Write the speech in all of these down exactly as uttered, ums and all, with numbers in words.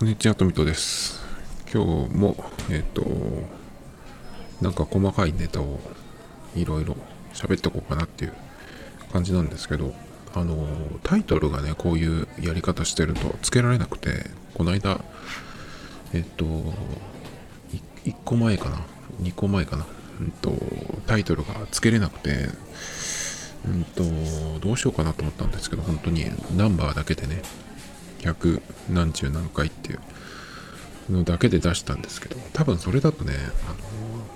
こんにちは、とみとです。今日も、えっ、と、なんか細かいネタをいろいろ喋っておこうかなっていう感じなんですけど、あの、タイトルがね、こういうやり方してるとつけられなくて、この間、えっ、と、いっこまえかな、にこまえかな、うんと、タイトルがつけれなくて、うんと、どうしようかなと思ったんですけど、本当にナンバーだけでね、ひゃく何十何回っていうのだけで出したんですけど、多分それだとね、あの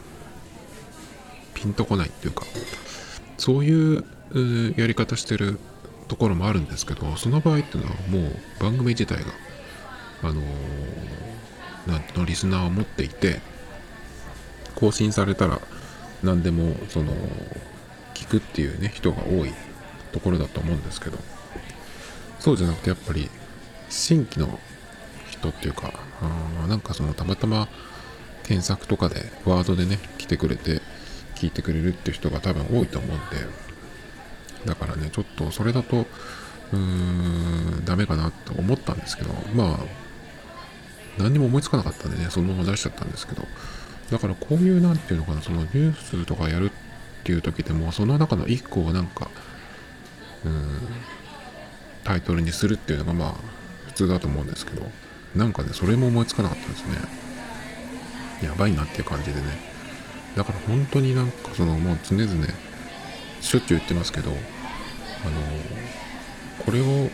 ピンとこないっていうか、そういうやり方してるところもあるんですけど、その場合っていうのはもう番組自体があのなんていうの、リスナーを持っていて、更新されたら何でもその聞くっていうね人が多いところだと思うんですけど、そうじゃなくてやっぱり新規の人っていうか、あなんかそのたまたま検索とかでワードでね来てくれて聞いてくれるっていう人が多分多いと思うんで、だからねちょっとそれだとうーんダメかなと思ったんですけど、まあ何にも思いつかなかったんでね、そのまま出しちゃったんですけど、だからこういうなんていうのかな、そのニュースとかやるっていう時でもその中の一個をなんかうーんタイトルにするっていうのがまあ普通だと思うんですけど、なんかねそれも思いつかなかったんですね。やばいなっていう感じでね。だから本当になんかそのもう常々しょっちゅう言ってますけど、あのこれをえっ、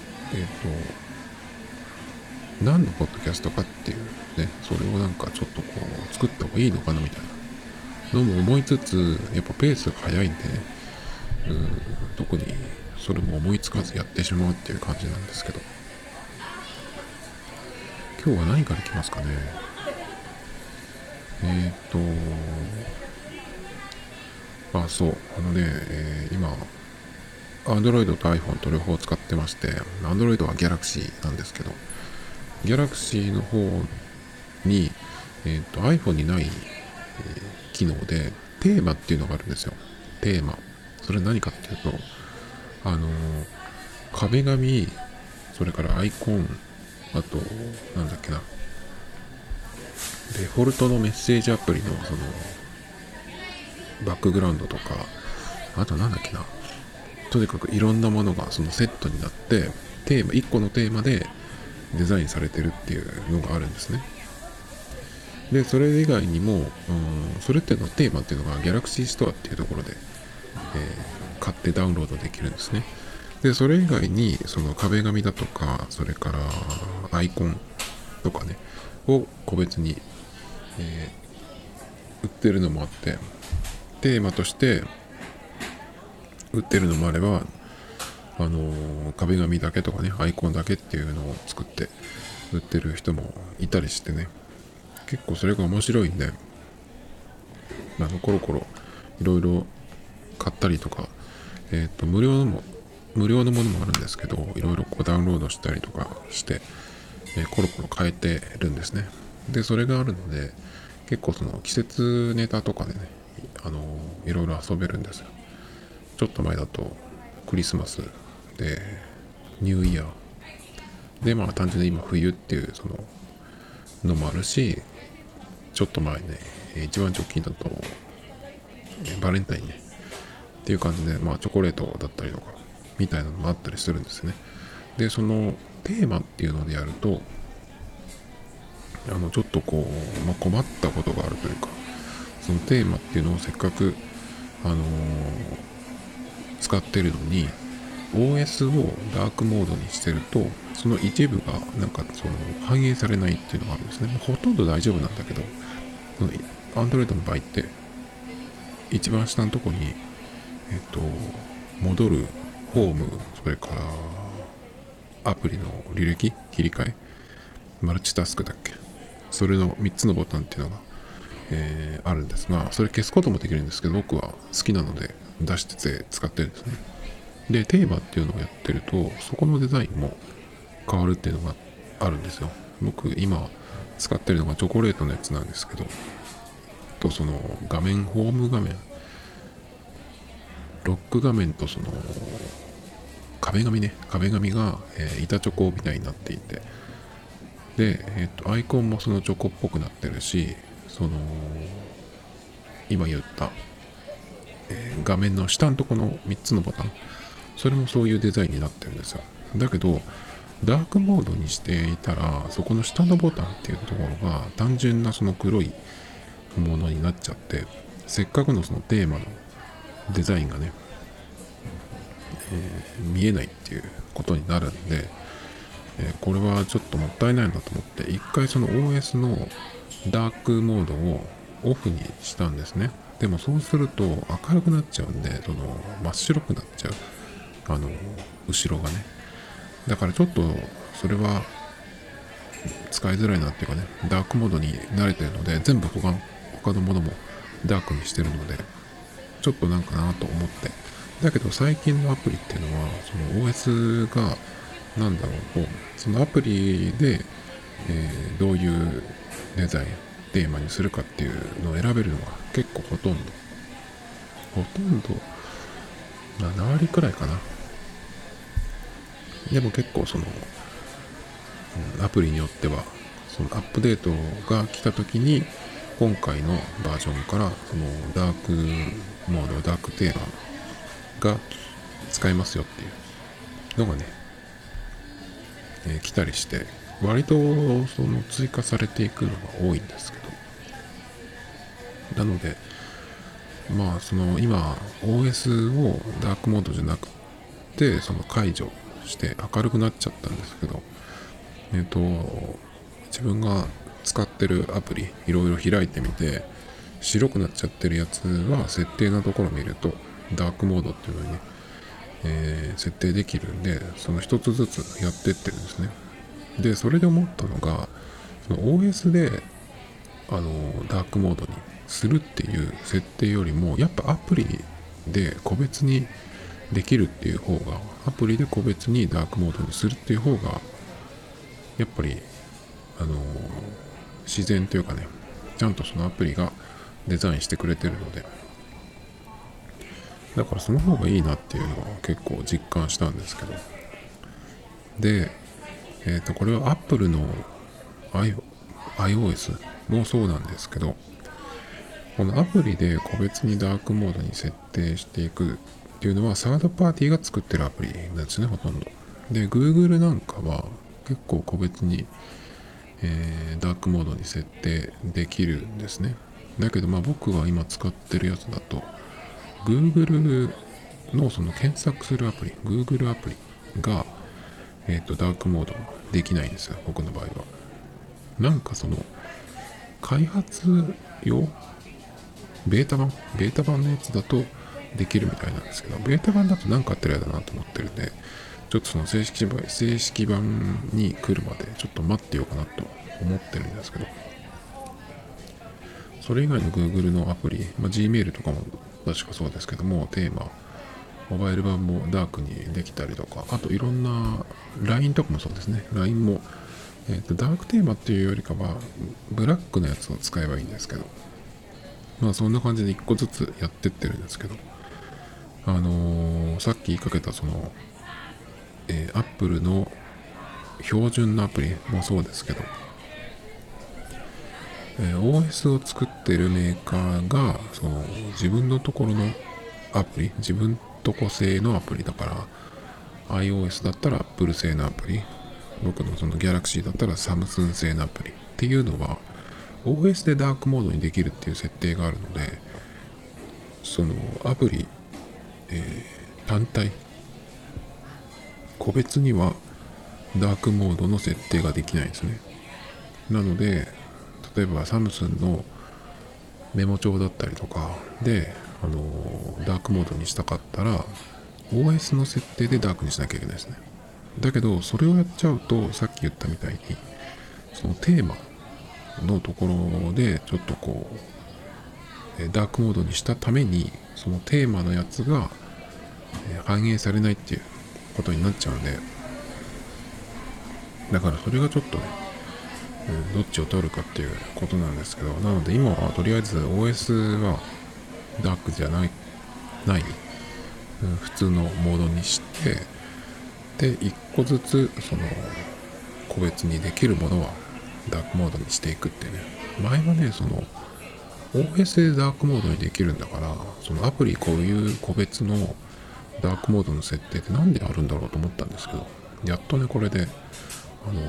と何のポッドキャストかっていうね、それをなんかちょっとこう作った方がいいのかなみたいなのも思いつつ、やっぱペースが早いんでね、うん、特にそれも思いつかずやってしまうっていう感じなんですけど、今日は何からいきますかね。えっ、とあそうあのね、えー今 Android と iPhone と両方使ってまして、Android は Galaxy なんですけど、Galaxy の方に、えー、と iPhone にない、えー機能でテーマっていうのがあるんですよ。テーマ。それ何かっていうと、あのー壁紙、それからアイコン、あと、なんだっけな、デフォルトのメッセージアプリのそのバックグラウンドとか、あとなんだっけな、とにかくいろんなものがそのセットになって、テーマ、いっこのテーマでデザインされてるっていうのがあるんですね。で、それ以外にも、うん、それっていうのテーマっていうのが Galaxy Store っていうところで、えー買ってダウンロードできるんですね。で、それ以外に、その壁紙だとか、それからアイコンとかね、を個別に、えー売ってるのもあって、テーマとして売ってるのもあれば、あのー壁紙だけとかね、アイコンだけっていうのを作って売ってる人もいたりしてね、結構それが面白いんで、あのコロコロいろいろ買ったりとか、えっ、と無料のも無料のものもあるんですけど、いろいろこうダウンロードしたりとかして、えーコロコロ変えてるんですね。でそれがあるので、結構その季節ネタとかでね、あのーいろいろ遊べるんですよ。ちょっと前だとクリスマスでニューイヤーで、まあ単純に今冬っていうそののもあるし、ちょっと前ね、一番直近だとバレンタインねっていう感じで、まあチョコレートだったりとかみたいなのもあったりするんですね。でそのテーマっていうのでやると、あのちょっとこう、まあ、困ったことがあるというか、そのテーマっていうのをせっかくあのー使ってるのに オーエス をダークモードにしてると、その一部がなんかその反映されないっていうのがあるんですね。ほとんど大丈夫なんだけど、その Android の場合って一番下のとこに、えっと戻る、ホーム、それからアプリの履歴切り替え、マルチタスクだっけ、それのみっつのボタンっていうのが、えーあるんですが、それ消すこともできるんですけど、僕は好きなので出して使ってるんですね。でテーマっていうのをやってると、そこのデザインも変わるっていうのがあるんですよ。僕今使ってるのがチョコレートのやつなんですけど、とその画面、ホーム画面、ロック画面とその壁紙ね、壁紙が、えー板チョコみたいになっていて、 で、えっと、アイコンもそのチョコっぽくなってるし、その今言った、えー画面の下のところのみっつのボタン、それもそういうデザインになってるんですよ。だけどダークモードにしていたら、そこの下のボタンっていうところが単純なその黒いものになっちゃって、せっかくのそのテーマのデザインがね、えー見えないっていうことになるんで、えーこれはちょっともったいないなと思って、一回その オーエス のダークモードをオフにしたんですね。でもそうすると明るくなっちゃうんで、その真っ白くなっちゃう、あの後ろがね。だからちょっとそれは使いづらいなっていうかね、ダークモードに慣れてるので、全部他の他のものもダークにしてるので、ちょっとなんかなと思って。だけど最近のアプリっていうのは、その オーエス が、なんだろう、こう、そのアプリで、えーどういうデザイン、テーマにするかっていうのを選べるのが結構ほとんど、ほとんど、なな割くらいかな。でも結構その、アプリによっては、そのアップデートが来た時に、今回のバージョンからそのダークモード、ダークテーマが使えますよっていうのがね、えー来たりして、割とその追加されていくのが多いんですけど、なのでまあその今 オーエス をダークモードじゃなくて、その解除して明るくなっちゃったんですけど、えっ、と自分が使ってるアプリいろいろ開いてみて、白くなっちゃってるやつは設定のところを見るとダークモードっていうのにね、えー設定できるんで、その一つずつやってってるんですね。でそれで思ったのが、その オーエス であのダークモードにするっていう設定よりも、やっぱアプリで個別にできるっていう方が、アプリで個別にダークモードにするっていう方がやっぱりあの自然というかね、ちゃんとそのアプリがデザインしてくれてるので、だからその方がいいなっていうのは結構実感したんですけど、で、えっ、とこれは Apple の i- iOS もそうなんですけど、このアプリで個別にダークモードに設定していくっていうのはサードパーティーが作ってるアプリなんですね、ほとんど。で Google なんかは結構個別に、えーダークモードに設定できるんですね。だけどまあ僕が今使ってるやつだと Google のその検索するアプリ、Google アプリが、えっ、とダークモードできないんですよ、僕の場合は。なんかその開発用ベータ版ベータ版のやつだとできるみたいなんですけど、ベータ版だと何かあってるやだなと思ってるんで、ちょっとその正式版正式版に来るまでちょっと待ってようかなと思ってるんですけど、それ以外の Google のアプリ、まあ、Gmail とかも確かそうですけども、テーマモバイル版もダークにできたりとか、あといろんな ライン とかもそうですね。ライン も、えーとダークテーマっていうよりかはブラックのやつを使えばいいんですけど、まあそんな感じで一個ずつやってってるんですけど、あのーさっき言いかけたその、えー、Apple の標準のアプリもそうですけど、えー オーエス を作ってるメーカーがその自分のところのアプリ、自分とこ製のアプリだから、 iOS だったら Apple 製のアプリ、僕のその Galaxy だったら Samsung 製のアプリっていうのは オーエス でダークモードにできるっていう設定があるので、そのアプリ、えー単体個別にはダークモードの設定ができないんですね。なので例えばサムスンのメモ帳だったりとかで、あのダークモードにしたかったら オーエス の設定でダークにしなきゃいけないですね。だけどそれをやっちゃうと、さっき言ったみたいにそのテーマのところでちょっとこうダークモードにしたために、そのテーマのやつが反映されないっていうことになっちゃうんで、だからそれがちょっとね、うんどっちを取るかっていうことなんですけど、なので今はとりあえず オーエス はダークじゃないない、うん、普通のモードにして、で一個ずつその個別にできるものはダークモードにしていくってね。前はね、その オーエス でダークモードにできるんだから、そのアプリこういう個別のダークモードの設定ってなんであるんだろうと思ったんですけど、やっとねこれであの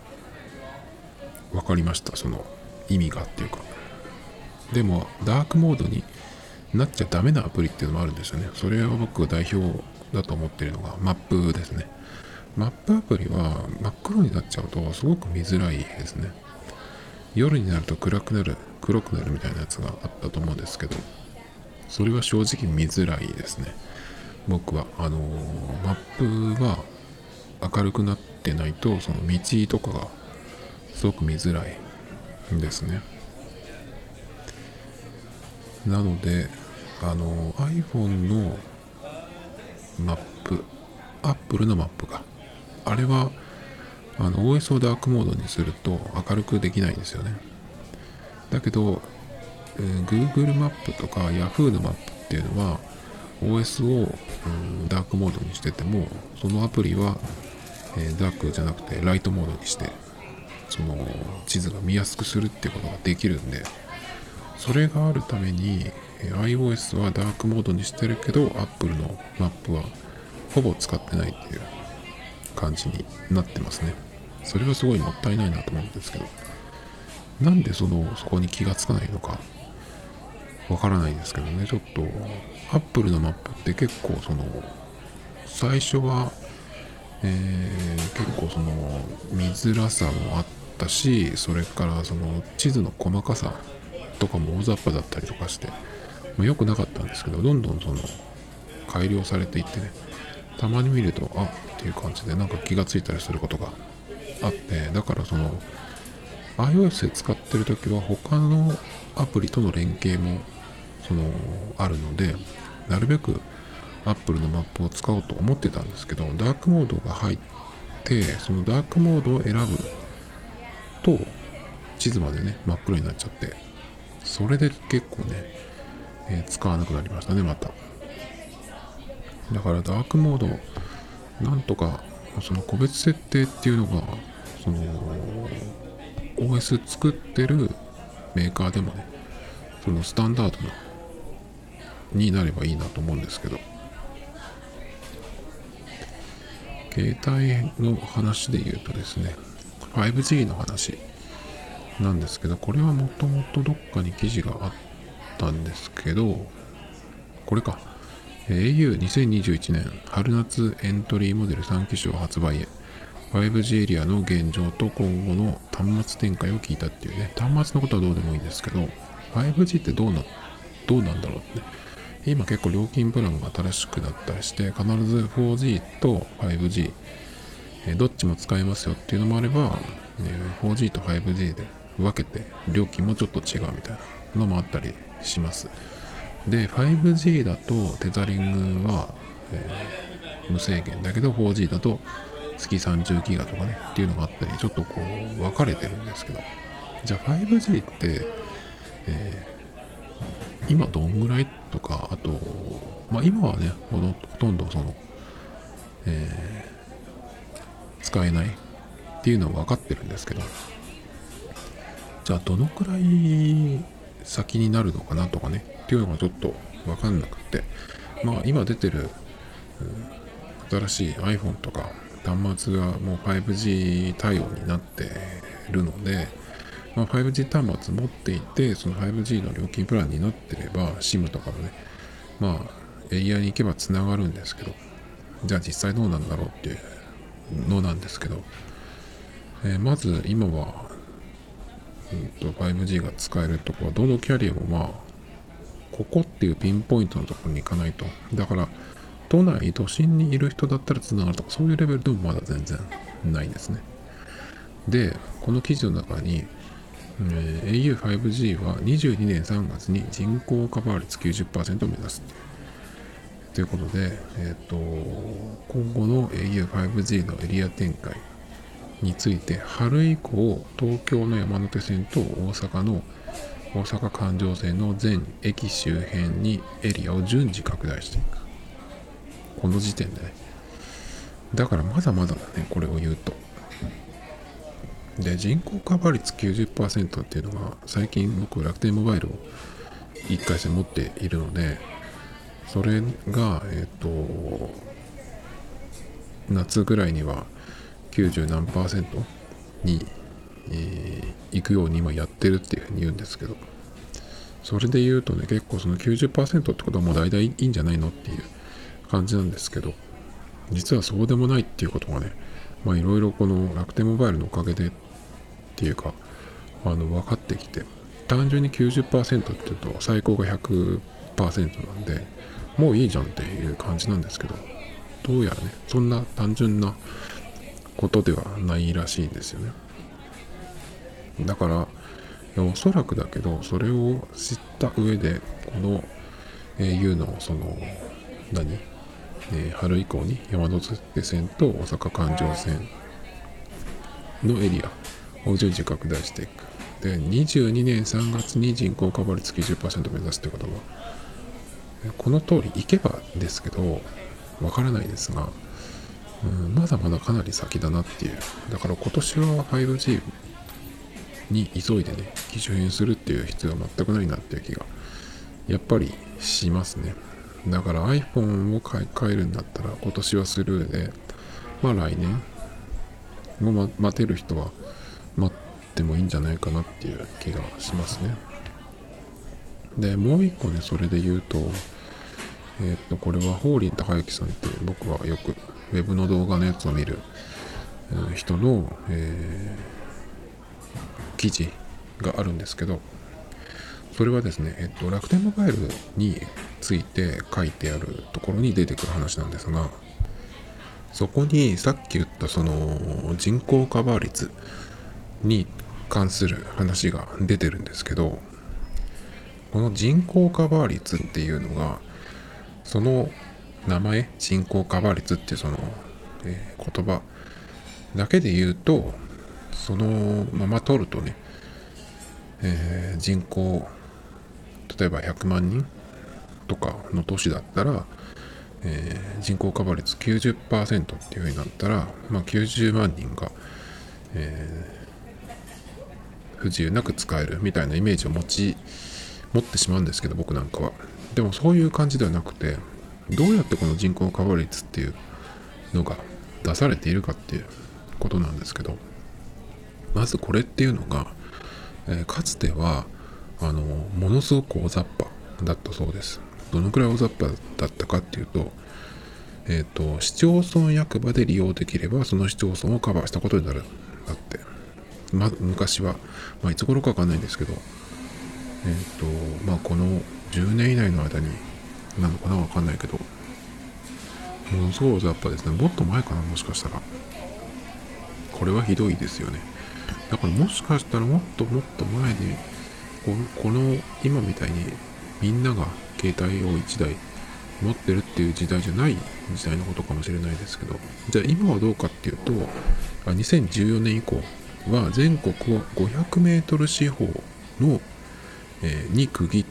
分かりました。その意味がっていうか。でもダークモードになっちゃダメなアプリっていうのもあるんですよね。それは僕が代表だと思っているのがマップですね。マップアプリは真っ黒になっちゃうとすごく見づらいですね。夜になると暗くなる黒くなるみたいなやつがあったと思うんですけど、それは正直見づらいですね。僕はあのーマップが明るくなってないと、その道とかがすごく見づらいんですね。なのであの iPhone のマップ、Apple のマップがあれはあの オーエス をダークモードにすると明るくできないんですよね。だけど、えー Google マップとか Yahoo のマップっていうのは オーエス を、うん、ダークモードにしてても、そのアプリは、えーダークじゃなくてライトモードにしてその地図が見やすくするっていうことができるんで、それがあるために iOS はダークモードにしてるけど Apple のマップはほぼ使ってないっていう感じになってますね。それはすごいもったいないなと思うんですけど、なんでそのそこに気がつかないのかわからないですけどね。ちょっと Apple のマップって結構その最初は、えー結構その見づらさもあったし、それからその地図の細かさとかも大雑把だったりとかして、まあ、良くなかったんですけど、どんどんその改良されていってね、たまに見るとあっていう感じでなんか気がついたりすることがあって、だからその iOS で使ってる時は他のアプリとの連携もそのあるので、なるべく Apple のマップを使おうと思ってたんですけど、ダークモードが入って、そのダークモードを選ぶと地図までね真っ黒になっちゃって、それで結構ね、えー使わなくなりましたね。まただからダークモードなんとかその個別設定っていうのがその オーエス 作ってるメーカーでもね、そのスタンダードなになればいいなと思うんですけど、携帯の話で言うとですね、ファイブジー の話なんですけど、これはもともとどっかに記事があったんですけど、これか エーユーにせんにじゅういち 年春夏エントリーモデルさん機種発売へ、 ファイブジー エリアの現状と今後の端末展開を聞いたっていうね。端末のことはどうでもいいんですけど、 ファイブジー ってどうなどうなんだろうってね。今結構料金プランが新しくなったりして、必ず フォージー と ファイブジー、えーどっちも使えますよっていうのもあれば、えー フォージー と ファイブジー で分けて料金もちょっと違うみたいなのもあったりします。で ファイブジー だとテザリングは、えー無制限だけど フォージー だと月さんじゅうギガとかねっていうのがあったり、ちょっとこう分かれてるんですけど、じゃあ ファイブジー って、えー今どんぐらいとか、あと、まあ、今はねほとんどその、えー使えないっていうのは分かってるんですけど、じゃあどのくらい先になるのかなとかねっていうのがちょっと分かんなくて、まあ今出てる新しい iPhone とか端末がもう ファイブジー 対応になってるので、まあ、ファイブジー 端末持っていて、その ファイブジー の料金プランになってれば SIM とかもね、まあエリアに行けばつながるんですけど、じゃあ実際どうなんだろうっていうのなんですけど、えーまず今は、うんと、ファイブジー が使えるところはどのキャリアもまあここっていうピンポイントのところに行かないと。だから都内都心にいる人だったらつながるとか、そういうレベルでもまだ全然ないですね。でこの記事の中に、えー エーユーファイブジー はにじゅうにねんさんがつに人口カバー率 きゅうじゅっパーセント を目指すということで、えー、と今後の エーユーファイブジー のエリア展開について、春以降東京の山手線と大阪の大阪環状線の全駅周辺にエリアを順次拡大していく。この時点でね。だからまだまだだね、これを言うと。 で、人口カバー率きゅうじゅっパーセントっていうのが、最近僕楽天モバイルをいっかい戦持っているので、それが、えっ、と、夏ぐらいにはきゅうじゅう何パーセントに、えー行くように今やってるっていうふうに言うんですけど、それで言うとね、結構そのきゅうじゅっパーセントってことはもう大体いいんじゃないのっていう感じなんですけど、実はそうでもないっていうことがね、まあいろいろこの楽天モバイルのおかげでっていうか、あの分かってきて、単純にきゅうじゅっパーセントっていうと最高が ひゃくパーセント なんで、もういいじゃんっていう感じなんですけど、どうやらね、そんな単純なことではないらしいんですよね。だからおそらくだけど、それを知った上でこの au のその何、えー春以降に山手線と大阪環状線のエリアを順次拡大していく。で、にじゅうにねんさんがつに人口カバー率きゅうじゅっパーセント目指すということは、この通り行けばですけど、わからないですが、うん、まだまだかなり先だなっていう。だから今年は ファイブジー に急いでね、機種変するっていう必要は全くないなっていう気が、やっぱりしますね。だから iPhone を買い替えるんだったら今年はスルーで、まあ来年を、ま、待てる人は待ってもいいんじゃないかなっていう気がしますね。で、もう一個ね、それで言うと、えーっと、これはホーリン高之さんって僕はよくウェブの動画のやつを見る、えー人の、えー記事があるんですけど、それはですね、えっと、楽天モバイルについて書いてあるところに出てくる話なんですが、そこにさっき言ったその人口カバー率に関する話が出てるんですけど、この人口カバー率っていうのが、その名前、人口カバー率っていうその、えー言葉だけで言うと、そのまま取るとね、えー人口、例えばひゃくまんにんとかの都市だったら、えー人口カバー率きゅうじゅっパーセントっていう風になったら、まあ、きゅうじゅうまんにんが、えー不自由なく使えるみたいなイメージを持ち持ってしまうんですけど、僕なんかは。でもそういう感じではなくて、どうやってこの人口カバー率っていうのが出されているかっていうことなんですけど、まずこれっていうのが、えーかつてはあのものすごく大雑把だったそうです。どのくらい大雑把だったかっていうと、えっ、と市町村役場で利用できればその市町村をカバーしたことになるんだって。ま昔は、まあ、いつ頃かわかんないんですけど、えっ、とまあこのじゅうねん以内の間になのかなわかんないけど、ものすごい大雑把ですね。もっと前かな、もしかしたら。これはひどいですよね。だからもしかしたらもっともっと前にこのこの今みたいにみんなが携帯をいちだい持ってるっていう時代じゃない時代のことかもしれないですけど、じゃあ今はどうかっていうと、にせんじゅうよねん以降は全国をごひゃくメートル四方の、えーに区切って、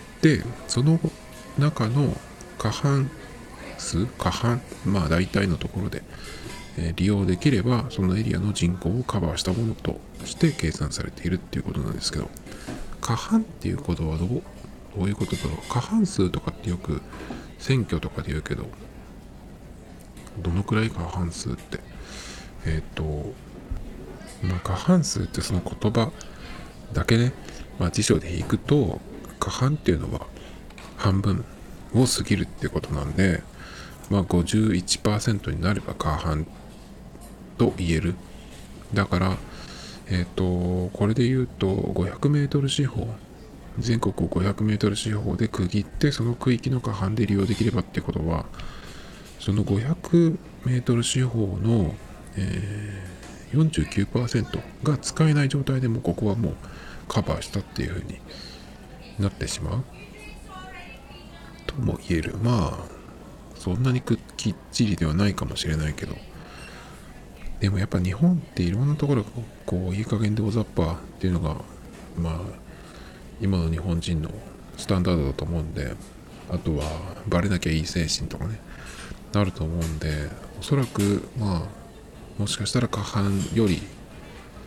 その中の過半数過半まあ大体のところで、えー利用できればそのエリアの人口をカバーしたものとして計算されているっていうことなんですけど、過半っていうことはどうどういうことだろう。過半数とかってよく選挙とかで言うけど、どのくらい過半数って、えっ、とまあ過半数ってその言葉だけね、まあ辞書で引くと、過半っていうのは半分を過ぎるっていうことなんで、まあ ごじゅういちパーセント になれば過半と言える。だからえっ、とこれで言うとごひゃくメートル四方、全国をごひゃくメートル四方で区切って、その区域の過半で利用できればっていうことは、そのごひゃくメートル四方の、えー、よんじゅうきゅうパーセント が使えない状態でもここはもうカバーしたっていう風になってしまうとも言える。まあそんなにきっちりではないかもしれないけど、でもやっぱ日本っていろんなところがこういい加減で大雑把っていうのが、まあ今の日本人のスタンダードだと思うんで、あとはバレなきゃいい精神とかね、なると思うんで、おそらくまあもしかしたら過半より、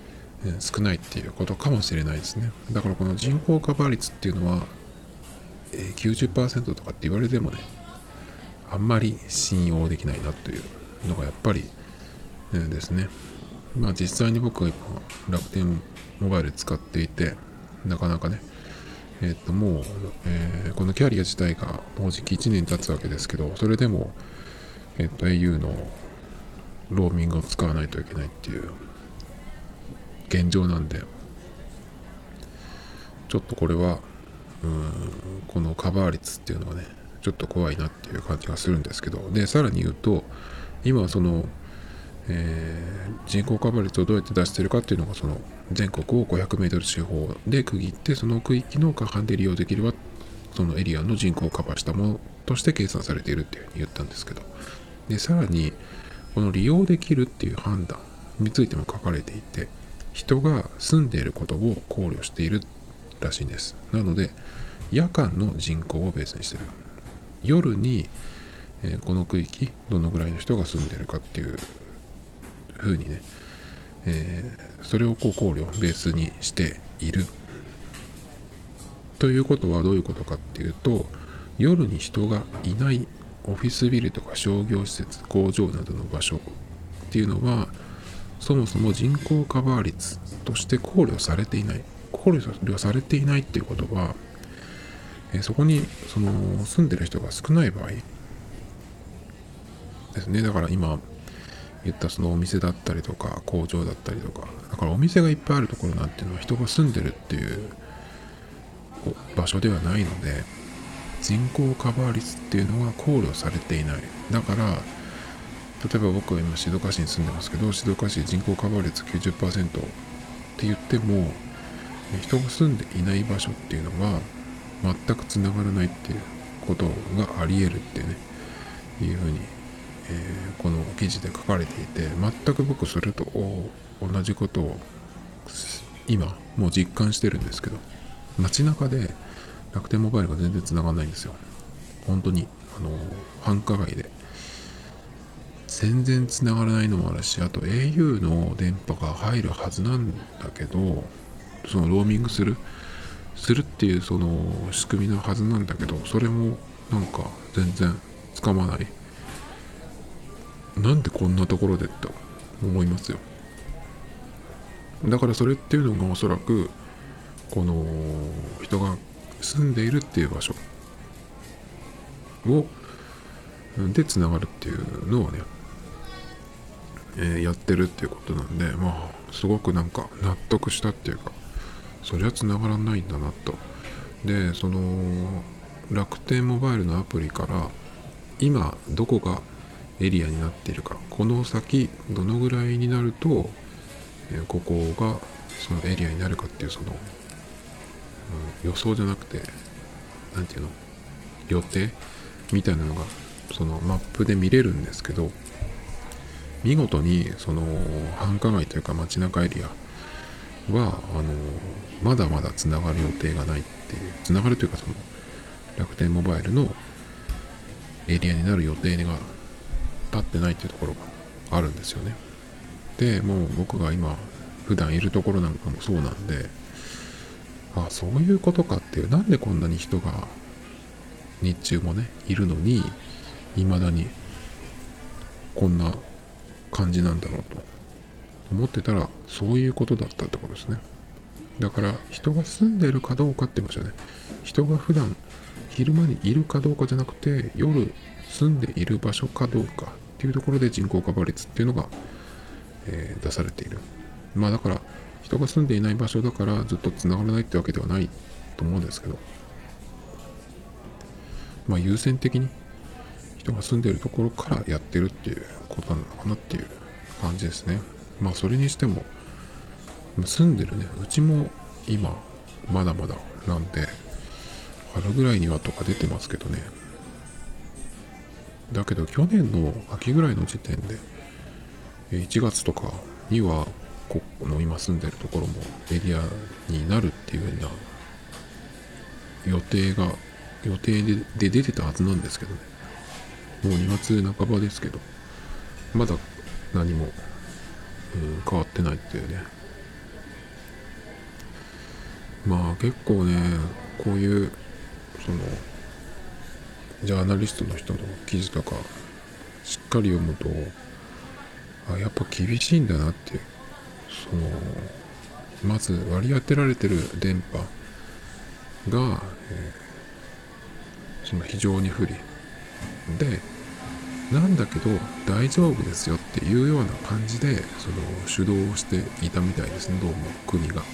少ないっていうことかもしれないですね。だからこの人口カバー率っていうのはきゅうじゅっパーセントとかって言われてもね、あんまり信用できないなというのがやっぱりですね。まあ実際に僕は今楽天モバイル使っていて、なかなかね、えっともう、えーこのキャリア自体がもうじきいちねん経つわけですけど、それでも、えっと au のローミングを使わないといけないっていう現状なんで、ちょっとこれはうーんこのカバー率っていうのはね、ちょっと怖いなっていう感じがするんですけど、でさらに言うと、今はその、えー人口カバー率をどうやって出してるかっていうのが、その全国をごひゃくメートル四方で区切って、その区域の過半で利用できればそのエリアの人口をカバーしたものとして計算されているっていうふうに言ったんですけど、でさらにこの利用できるっていう判断についても書かれていて、人が住んでいることを考慮しているらしいんです。なので夜間の人口をベースにしてる、夜に、えーこの区域どのぐらいの人が住んでいるかっていう風にね、えーそれをこう考慮ベースにしているということはどういうことかっていうと、夜に人がいないオフィスビルとか商業施設、工場などの場所っていうのは、そもそも人口カバー率として考慮されていない。考慮されていないっていうことは、えーそこにその住んでる人が少ない場合ですね。だから今言ったそのお店だったりとか工場だったりとか、だからお店がいっぱいあるところなんていうのは人が住んでるっていう場所ではないので、人口カバー率っていうのは考慮されていない。だから例えば僕は今静岡市に住んでますけど、静岡市人口カバー率きゅうじゅっパーセントって言っても、人が住んでいない場所っていうのは全くつながらないっていうことがあり得るってね、いうふうに、えーこの記事で書かれていて、全く僕それと同じことを今もう実感してるんですけど、街中で楽天モバイルが全然繋がんないんですよ。本当にあの繁華街で全然繋がらないのもあるし、あと au の電波が入るはずなんだけど、そのローミングするするっていうその仕組みのはずなんだけど、それもなんか全然つかまない。なんでこんなところでって思いますよ。だからそれっていうのがおそらくこの人が住んでいるっていう場所をでつながるっていうのをね、えーやってるっていうことなんで、まあすごくなんか納得したっていうか、そりゃつながらないんだなと。でその楽天モバイルのアプリから今どこがエリアになっているか、この先どのぐらいになると、えーここがそのエリアになるかっていう、その、うん予想じゃなくてなんていうの、予定みたいなのがそのマップで見れるんですけど、見事にその繁華街というか街中エリアはあのまだまだつながる予定がないっていう、つながるというかその楽天モバイルのエリアになる予定が立ってないっていうところがあるんですよね。でもう僕が今普段いるところなんかもそうなんで、あ、そういうことかっていう、なんでこんなに人が日中もねいるのに未だにこんな感じなんだろうと思ってたら、そういうことだったってことですね。だから人が住んでるかどうかって言いましたね。人が普段昼間にいるかどうかじゃなくて、夜住んでいる場所かどうかっていうところで人口カバー率っていうのが、えー出されている。まあだから人が住んでいない場所だからずっと繋がらないってわけではないと思うんですけど、まあ優先的に人が住んでいるところからやってるっていうことなのかなっていう感じですね。まあそれにしても住んでるね、うちも今まだまだなんで、春ぐらいにはとか出てますけどね。だけど去年の秋ぐらいの時点でいちがつとかにはこの今住んでるところもエリアになるっていうような予定が予定でで出てたはずなんですけどね。もうにがつなかばですけど、まだ何も、うん、変わってないっていうね。 まあ結構ね、こういうそのジャーナリストの人の記事とかしっかり読むと、あ、やっぱ厳しいんだなって。そのまず割り当てられてる電波が、えーその非常に不利で、なんだけど大丈夫ですよっていうような感じでその主導をしていたみたいですね、どうも国が。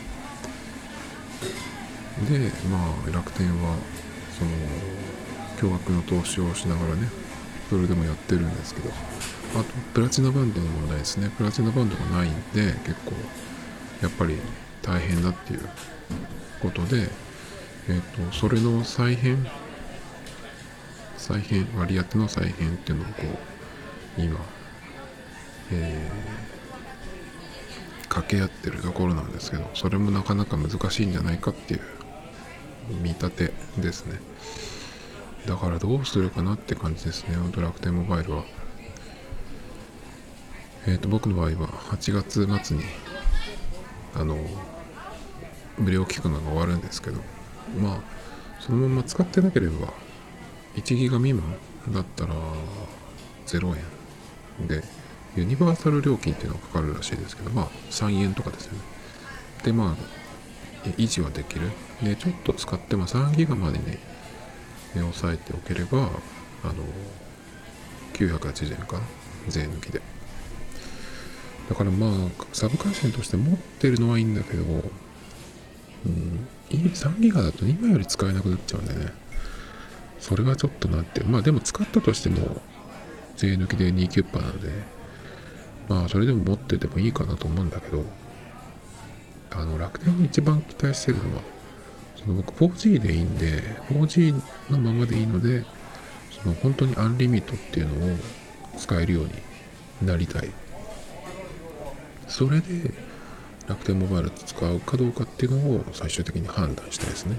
で、まあ楽天はその巨額の投資をしながらね、それでもやってるんですけど、あとプラチナバンドの問題ですね。プラチナバンドがないんで結構やっぱり大変だっていうことで、えっ、とそれの再編再編割り当ての再編っていうのをこう今、えー、掛け合ってるところなんですけど、それもなかなか難しいんじゃないかっていう見立てですね。だからどうするかなって感じですね、ドラクテンモバイルは。えっ、と僕の場合ははちがつ末にあの無料期間が終わるんですけど、まあそのまま使ってなければいちギガ未満だったらゼロえんで、ユニバーサル料金っていうのがかかるらしいですけど、まあさんえんとかですよね。で、まあ維持はできる。で、ちょっと使ってもさんギガまでに抑えておければ、あのきゅうひゃくはちじゅうえんかな、税抜きで。だからまあサブ会社として持ってるのはいいんだけど、うん、さんギガだと今より使えなくなっちゃうんでね、それはちょっとなって、まあでも使ったとしても税抜きでにキュッパなんで、まあそれでも持っててもいいかなと思うんだけど、あの楽天に一番期待してるのは、その僕 フォージー でいいんで、フォージー のままでいいので、その本当にアンリミットっていうのを使えるようになりたい。それで楽天モバイル使うかどうかっていうのを最終的に判断したいですね。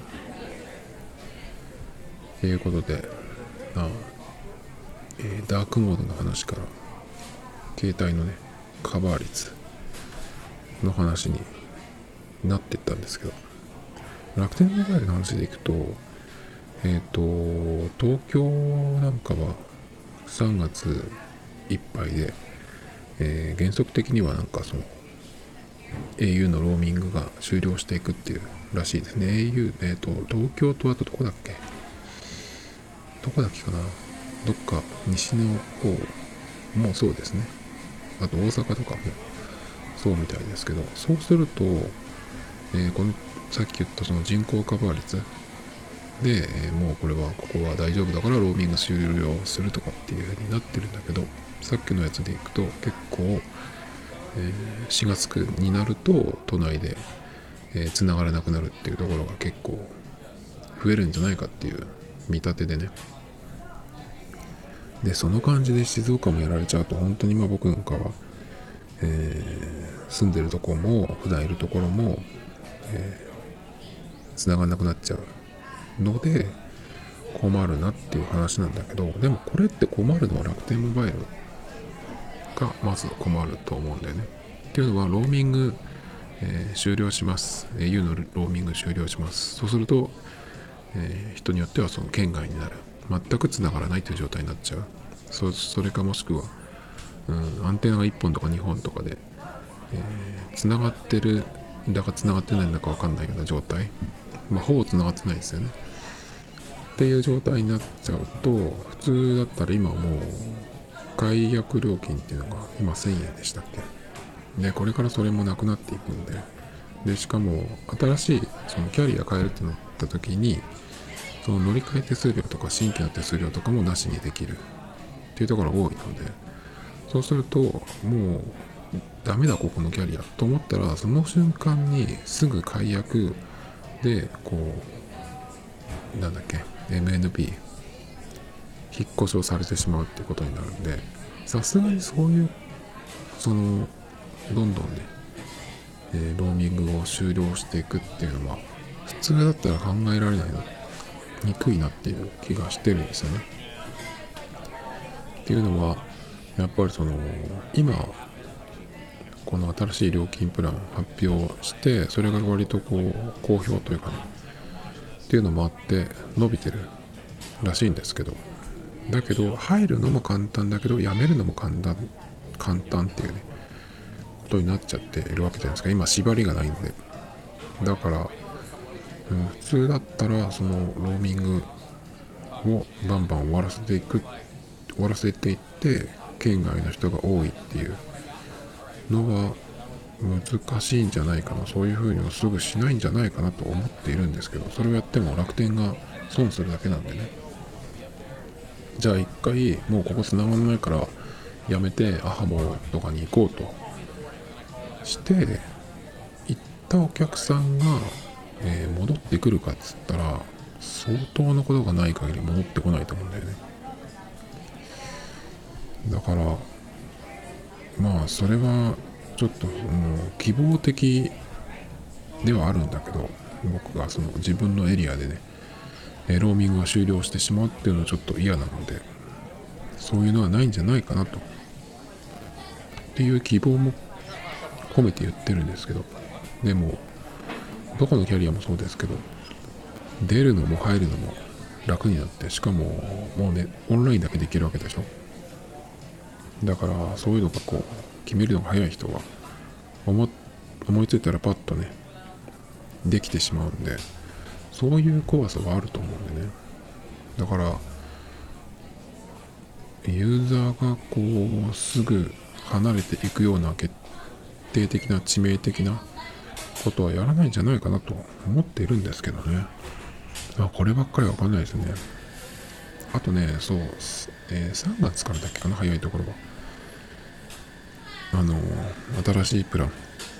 ということで、あえーダークモードの話から携帯のねカバー率の話になっていったんですけど、楽天モバイルの話でいくと、えっ、と東京なんかはさんがついっぱいで、えー原則的にはなんかその au のローミングが終了していくっていうらしいですね。 au、えっ、と東京とあとどこだっけどこだっけかな、どっか西の方もそうですね。あと大阪とかもそうみたいですけど、そうすると、えーこのさっき言ったその人口カバー率で、えーもうこれはここは大丈夫だからローミング終了するとかっていう風になってるんだけど、さっきのやつでいくと結構、えーしがつになると都内で、えー繋がらなくなるっていうところが結構増えるんじゃないかっていう見立てでね。でその感じで静岡もやられちゃうと、本当にまあ僕なんかは、えー住んでるところも普段いるところも、えー繋がんなくなっちゃうので困るなっていう話なんだけど、でもこれって困るのは楽天モバイルがまず困ると思うんだよね。っていうのはローミング、えー終了します。 au のローミング終了します。そうすると、えー人によってはその県外になる、全く繋がらないという状態になっちゃう。 そ, それかもしくは、うん、アンテナがいっぽんとかにほんとかで、えー、繋がってるんだか繋がってないんだか分かんないような状態、まあほぼ繋がってないですよねっていう状態になっちゃうと、普通だったら今もう解約料金っていうのが今せんえんでしたっけで、これからそれもなくなっていくんで、でしかも新しいそのキャリア変えるってなった時に、その乗り換え手数料とか新規の手数料とかもなしにできるっていうところが多いので、そうするともうダメだここのキャリアと思ったら、その瞬間にすぐ解約でこうなんだっけ エムエヌピー 引っ越しをされてしまうっていうことになるんで、さすがにそういうそのどんどんね、えーローミングを終了していくっていうのは普通だったら考えられないのにくいなっていう気がしてるんですよね。っていうのはやっぱりその今この新しい料金プランを発表して、それが割とこう好評というかねっていうのもあって伸びてるらしいんですけど、だけど入るのも簡単だけどやめるのも簡単簡単っていうねことになっちゃっているわけじゃないですか。今縛りがないので。だから、うん、普通だったらそのローミングをバンバン終わらせていく終わらせていって県外の人が多いっていうのは難しいんじゃないかな、そういう風にはすぐしないんじゃないかなと思っているんですけど、それをやっても楽天が損するだけなんでね。じゃあ一回もうここ繋がらないからやめてアハモとかに行こうとして行ったお客さんが、えー戻ってくるかっつったら相当なことがない限り戻ってこないと思うんだよね。だからまあそれはちょっともう希望的ではあるんだけど、僕がその自分のエリアでねローミングが終了してしまうっていうのはちょっと嫌なので、そういうのはないんじゃないかなとっていう希望も込めて言ってるんですけど、でもどこのキャリアもそうですけど、出るのも入るのも楽になって、しかももうねオンラインだけできるわけでしょ。だからそういうのがこう決めるのが早い人は思思いついたらパッとねできてしまうんで、そういう怖さはあると思うんでね。だからユーザーがこうすぐ離れていくような決定的な致命的なことはやらないんじゃないかなと思っているんですけどね。あ、こればっかりは分かんないですね。あとね、そう、えー、さんがつからだっけかな、早いところは。あのー、新しいプラン、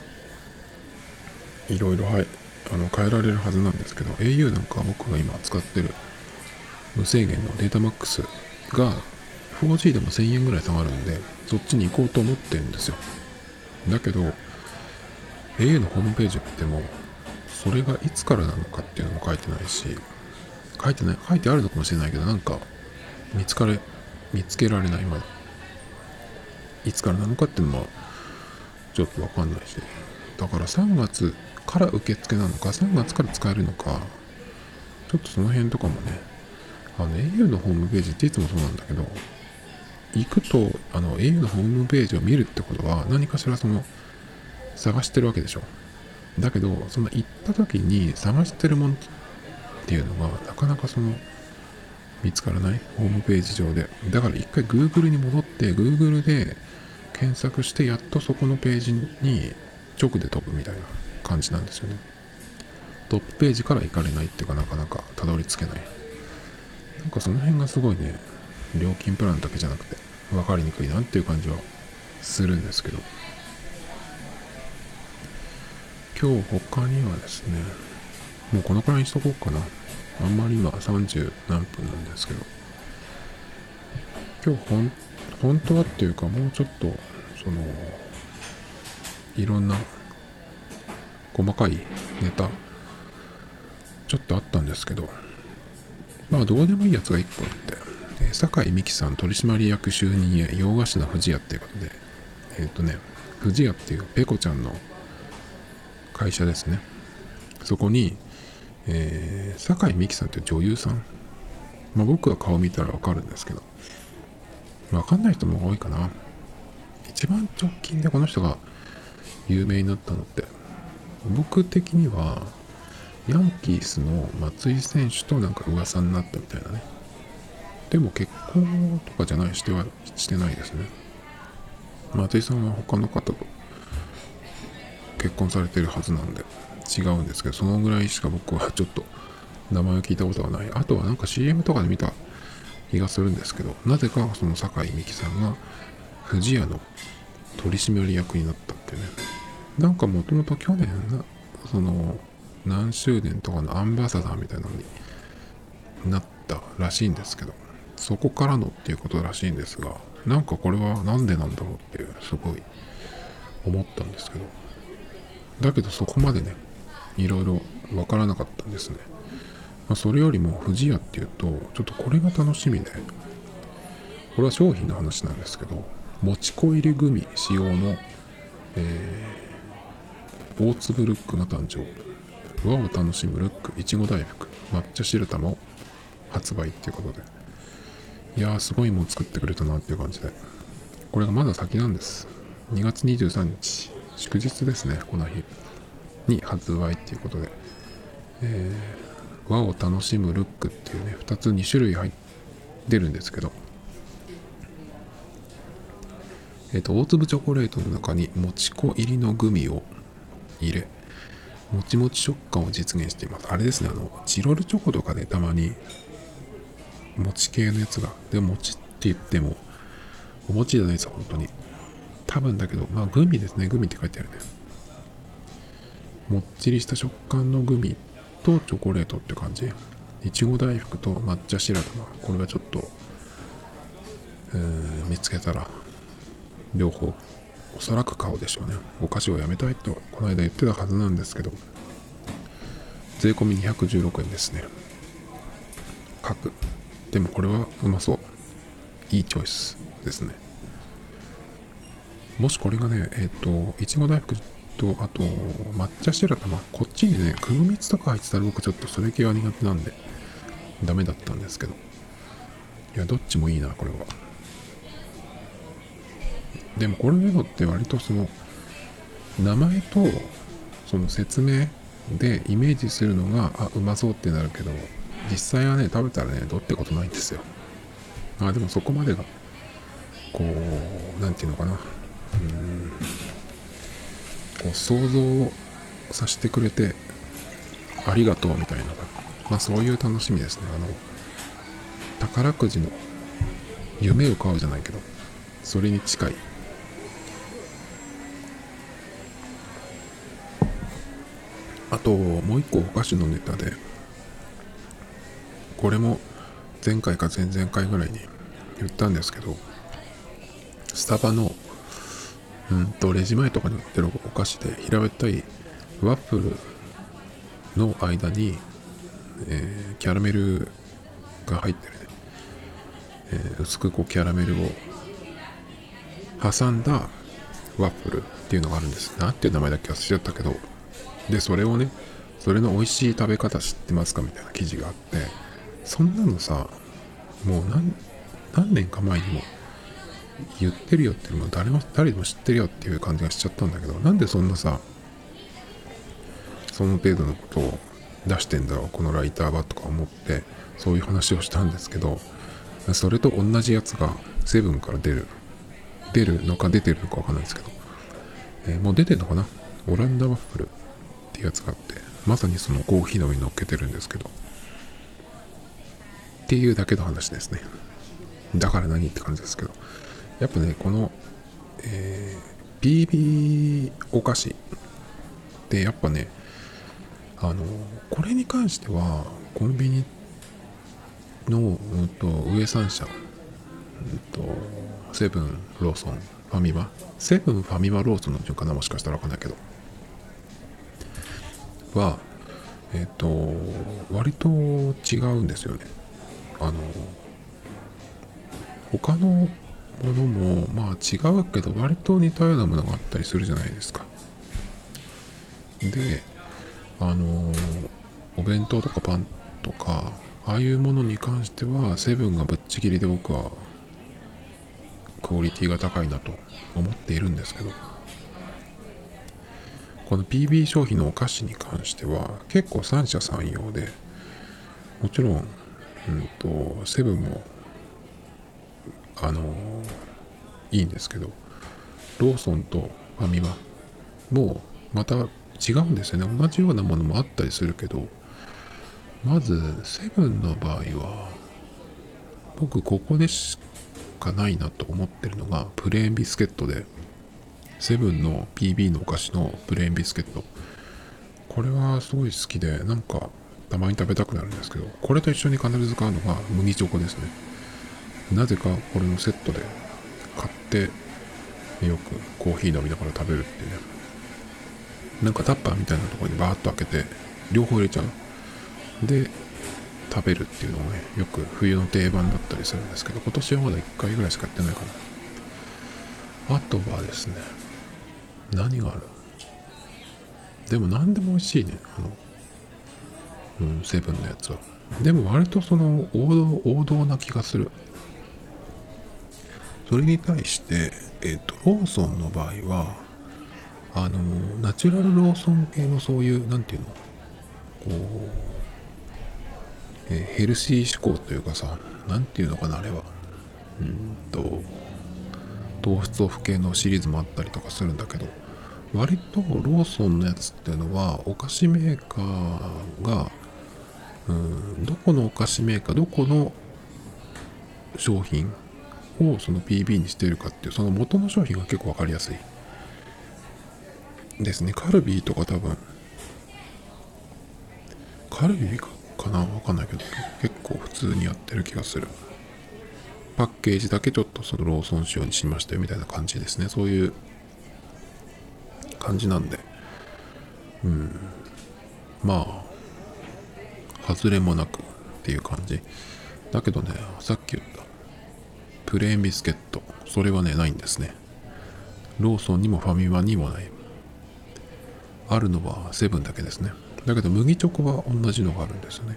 いろいろ、はい、あの変えられるはずなんですけど、au なんか僕が今使ってる無制限のデータマックスが フォージー でもせんえんぐらい下がるんで、そっちに行こうと思ってるんですよ。だけど au のホームページを見てもそれがいつからなのかっていうのも書いてないし、書いてない書いてあるのかもしれないけど、なんか見つかれ見つけられない、まだいつからなのかっていうのはちょっとわかんないし、だからさんがつから受付なのかさんがつから使えるのか、ちょっとその辺とかもね、あの au のホームページっていつもそうなんだけど、行くとあの au のホームページを見るってことは何かしらその探してるわけでしょ。だけどその行った時に探してるものっていうのがなかなかその見つからない、ホームページ上で。だから一回 Google に戻って Google で検索してやっとそこのページに直で飛ぶみたいな感じなんですよね。トップページから行かれないっていうか、なかなかたどり着けない。なんかその辺がすごいね、料金プランだけじゃなくて分かりにくいなっていう感じはするんですけど、今日他にはですね、もうこのくらいにしとこうかな。あんまり今さんじゅう何分なんですけど、今日ほん本当はっていうか、もうちょっとそのいろんな細かいネタちょっとあったんですけど、まあどうでもいいやつがいっこあって、えー、酒井美紀さん取締役就任へ洋菓子の不二家っていうことで、えっ、ー、とね不二家っていうペコちゃんの会社ですね。そこに、えー、酒井美紀さんっていう女優さん、まあ僕は顔見たらわかるんですけど、わかんない人も多いかな。一番直近でこの人が有名になったのって、僕的にはヤンキースの松井選手となんか噂になったみたいなね。でも結婚とかじゃない、してはしてないですね。松井さんは他の方と結婚されてるはずなんで違うんですけど、そのぐらいしか僕はちょっと名前を聞いたことはない。あとはなんか シーエム とかで見た気がするんですけど、なぜかその酒井美紀さんが不二家の取締役になったってね。なんかもともと去年なその何周年とかのアンバサダーみたいなのになったらしいんですけど、そこからのっていうことらしいんですが、なんかこれはなんでなんだろうっていうすごい思ったんですけど、だけどそこまでねいろいろわからなかったんですね。まあ、それよりも不二家っていうとちょっとこれが楽しみで、これは商品の話なんですけど、もち粉入りグミ使用のえー、大粒ルックが誕生。和を楽しむルックいちご大福抹茶白玉を発売っていうことで、いやーすごいもん作ってくれたなっていう感じで、これがまだ先なんです。にがつにじゅうさんにち祝日ですね、この日に発売っていうことで、えー、和を楽しむルックっていうねふたつにしゅるい入ってるんですけど、えっ、ー、と大粒チョコレートの中にもち粉入りのグミを入れ、もちもち食感を実現しています。あれですね、あのチロルチョコとかでたまに餅系のやつが、でも餅って言ってもお餅じゃないですよ本当に、多分だけど、まあグミですね、グミって書いてあるね。もっちりした食感のグミとチョコレートって感じ。いちご大福と抹茶白玉、これはちょっとうーん見つけたら両方おそらく買うでしょうね。お菓子をやめたいとこの間言ってたはずなんですけど、税込みにひゃくじゅうろくえんですね。各でもこれはうまそう、いいチョイスですね。もしこれがね、えっ、ー、といちご大福とあと抹茶白玉、こっちにね黒蜜とか入ってたら僕ちょっとそれ系は苦手なんでダメだったんですけど、いやどっちもいいなこれは。でもこれのって割とその名前とその説明でイメージするのがあうまそうってなるけど、実際はね食べたらねどうってことないんですよ。あでもそこまでがこうなんていうのかな、うーんこう想像をさせてくれてありがとうみたいな、まあそういう楽しみですね。あの宝くじの夢を買うじゃないけどそれに近い。あともう一個お菓子のネタで、これも前回か前々回ぐらいに言ったんですけど、スタバのうんとレジ前とかに売ってるお菓子で平べったいワッフルの間に、えー、キャラメルが入ってるね、えー、薄くこうキャラメルを挟んだワッフルっていうのがあるんです。なんていう名前だっけ忘れちゃったけど、でそれをね、それの美味しい食べ方知ってますかみたいな記事があって、そんなのさもう 何, 何年か前にも言ってるよっていうのも誰も誰でも知ってるよっていう感じがしちゃったんだけど、なんでそんなさその程度のことを出してんだろうこのライターはとか思ってそういう話をしたんですけど、それと同じやつがセブンから出る出るのか出てるのかわかんないですけど、えー、もう出てるのかな、オランダワッフルっていうやつがあって、まさにそのコーヒーの上に乗っけてるんですけどっていうだけの話ですね。だから何って感じですけど、やっぱねこの、えー、ピービー お菓子ってやっぱね、あのこれに関してはコンビニの、うん、と上さん社、うん、とセブンローソンファミマ、セブンファミマローソンの順かな、もしかしたら分かんないけどはえっ、ー、と割と違うんですよね。あの他のものもまあ違うけど割と似たようなものがあったりするじゃないですか。であのお弁当とかパンとかああいうものに関してはセブンがぶっちぎりで僕はクオリティが高いなと思っているんですけど、この ピービー 商品のお菓子に関しては結構三者三様で、もちろん、うんと、セブンもあのいいんですけど、ローソンとファミマもまた違うんですよね。同じようなものもあったりするけど、まずセブンの場合は僕ここでしかないなと思ってるのがプレーンビスケットで、セブンの ピービー のお菓子のプレーンビスケット、これはすごい好きでなんかたまに食べたくなるんですけど、これと一緒に必ず買うのが麦チョコですね。なぜかこれのセットで買ってよくコーヒー飲みながら食べるっていうね、なんかタッパーみたいなところにバーッと開けて両方入れちゃうで食べるっていうのがね、よく冬の定番だったりするんですけど、今年はまだいっかいぐらいしかやってないかな。あとはですね、 何がある？でも何でも美味しいね、あの、うん、セブンのやつは。でも割とその王道王道な気がする。それに対してえっ、とローソンの場合はあのナチュラルローソン系のそういうなんていうの、こう、えーヘルシー志向というかさ、なんていうのかな、あれはうんと糖質オフ系のシリーズもあったりとかするんだけど、割とローソンのやつっていうのはお菓子メーカーが、うん、どこのお菓子メーカーどこの商品をその ピービー にしているかっていうその元の商品が結構わかりやすいですね。カルビーとか多分カルビーかかな、わかんないけど結構普通にやってる気がする。パッケージだけちょっとそのローソン仕様にしましたよみたいな感じですね。そういう感じなんで、まあ外れもなくっていう感じだけどね、さっき言ったプレーンビスケット、それはねないんですね。ローソンにもファミマにもない。あるのはセブンだけですね。だけど麦チョコは同じのがあるんですよね。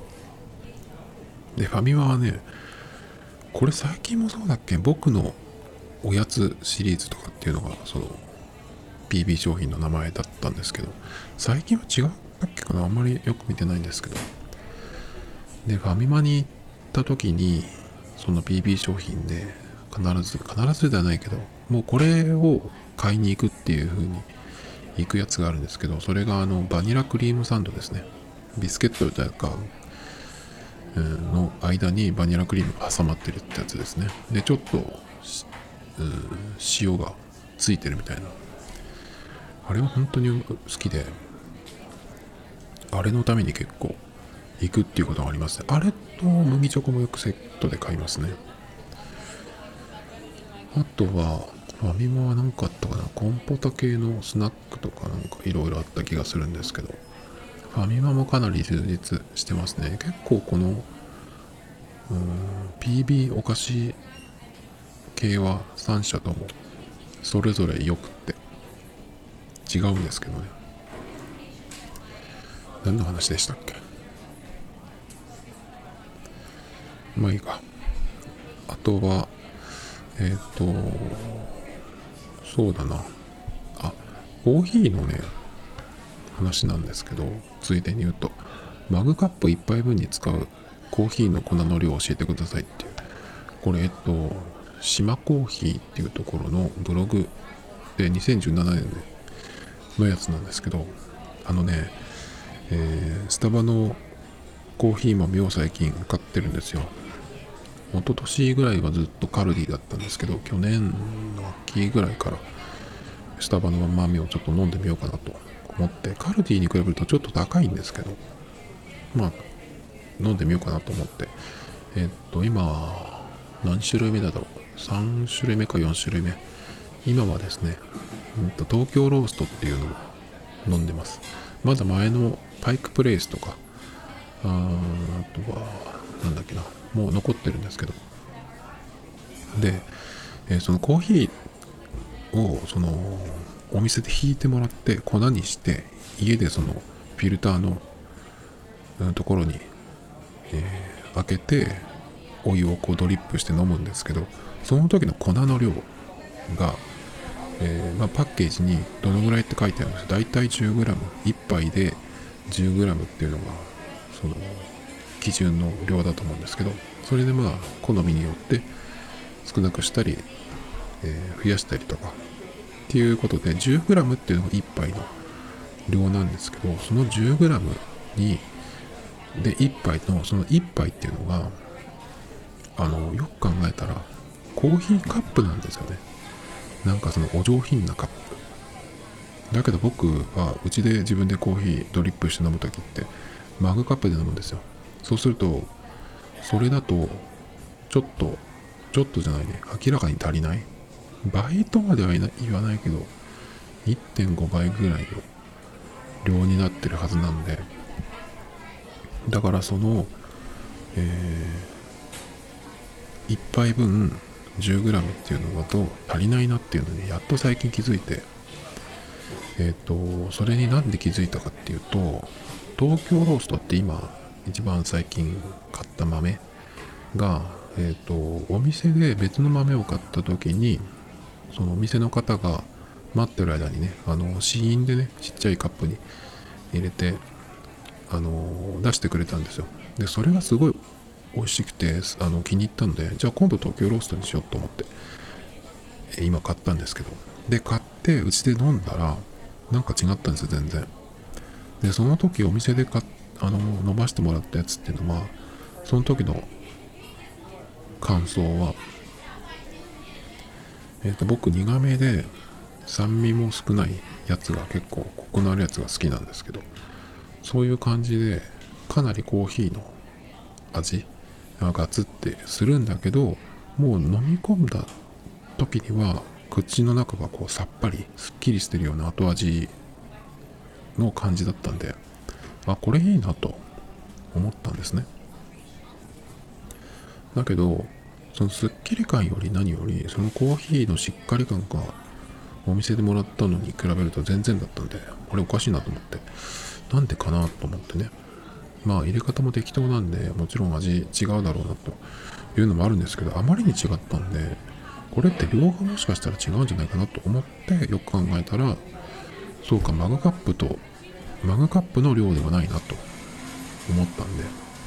でファミマはね、これ最近もそうだっけ、僕のおやつシリーズとかっていうのがその ピービー 商品の名前だったんですけど、最近は違ったっけかな、あんまりよく見てないんですけど。でファミマに行った時にその ピービー 商品で必ず必ずではないけど、もうこれを買いに行くっていう風に行くやつがあるんですけど、それがあのバニラクリームサンドですね。ビスケットというかの間にバニラクリームが挟まってるってやつですね。でちょっと、うん、塩がついてるみたいな、あれは本当に好きで、あれのために結構行くっていうことがありますね。あれと麦チョコもよくセットで買いますね。あとはファミマは何かあったかな、コンポタ系のスナックとかなんかいろいろあった気がするんですけど、ファミマもかなり充実してますね。結構この ピービー お菓子系はさん社ともそれぞれ良くって違うんですけどね。何の話でしたっけ。まあいいか。あとはえっ、ー、とそうだな、あ、コーヒーのね話なんですけど、ついでに言うとマグカップいっぱいぶんに使うコーヒーの粉の量を教えてくださいっていう、これえっと島コーヒーっていうところのブログでにせんじゅうななねんのやつなんですけど、あのね、えースタバのコーヒー豆を最近買ってるんですよ。一昨年ぐらいはずっとカルディだったんですけど、去年の秋ぐらいからスタバの豆をちょっと飲んでみようかなと思って、カルディに比べるとちょっと高いんですけど、まあ飲んでみようかなと思って、えっと今何種類目だろう、さん種類目かよん種類目、今はですね、うんと東京ローストっていうのを飲んでます。まだ前のパイクプレイスとか、ああとはなんだっけな、もう残ってるんですけど、で、えーそのコーヒーをそのお店でひいてもらって粉にして、家でそのフィルターのうんところに、えー開けてお湯をこうドリップして飲むんですけど、その時の粉の量が、えーまあ、パッケージにどのぐらいって書いてあるんです。だいたい じゅうグラム、いっぱいで じゅうグラム っていうのがその基準の量だと思うんですけど、それでまあ好みによって少なくしたり、えー増やしたりとかっていうことで じゅうグラム っていうのがいっぱいの量なんですけど、その じゅうグラム にでいっぱいのそのいっぱいっていうのが、あのよく考えたらコーヒーカップなんですよね。なんかそのお上品なカップだけど、僕はうちで自分でコーヒードリップして飲むときってマグカップで飲むんですよ。そうするとそれだとちょっとちょっとじゃないね、明らかに足りない、倍とまでは言わないけど いってんご 倍ぐらいの量になってるはずなんで、だからその、えー、いっぱいぶん じゅうグラム っていうのだと足りないなっていうのにやっと最近気づいて、 えっ、とそれになんで気づいたかっていうと、東京ローストって今一番最近買った豆が、えっ、とお店で別の豆を買った時に、そのお店の方が待ってる間にね、あの試飲でね、ちっちゃいカップに入れて、あの出してくれたんですよ。でそれがすごい美味しくて、あの気に入ったんで、じゃあ今度東京ローストにしようと思って今買ったんですけど、で買ってうちで飲んだらなんか違ったんですよ、全然。でその時お店で買っあの飲ませてもらったやつっていうのは、その時の感想は、えー、と僕苦めで酸味も少ないやつが結構コクのあるやつが好きなんですけど、そういう感じでかなりコーヒーの味がガツってするんだけど、もう飲み込んだ時には口の中がこうさっぱりすっきりしてるような後味の感じだったんで、あ、これいいなと思ったんですね。だけどそのすっきり感より何より、そのコーヒーのしっかり感がお店でもらったのに比べると全然だったんで、これおかしいなと思って、なんでかなと思ってね。まあ入れ方も適当なんで、もちろん味違うだろうなというのもあるんですけど、あまりに違ったんで、これって量がもしかしたら違うんじゃないかなと思ってよく考えたら、そうか、マグカップとマグカップの量ではないなと思ったんで、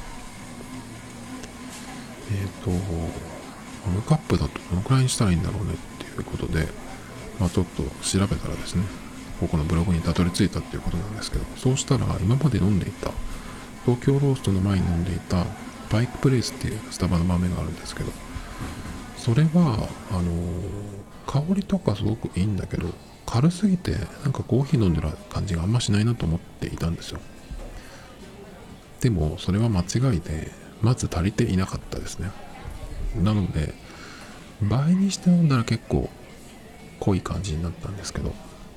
えっ、とマグカップだとどのくらいにしたらいいんだろうねっていうことで、まあ、ちょっと調べたらですね、ここのブログにたどり着いたっていうことなんですけど、そうしたら今まで飲んでいた東京ローストの前に飲んでいたパイクプレイスっていうスタバの豆があるんですけど、それはあのー香りとかすごくいいんだけど、軽すぎてなんかコーヒー飲んでる感じがあんましないなと思っていたんですよ。でもそれは間違いで、まず足りていなかったですね。なので倍にして飲んだら結構濃い感じになったんですけど、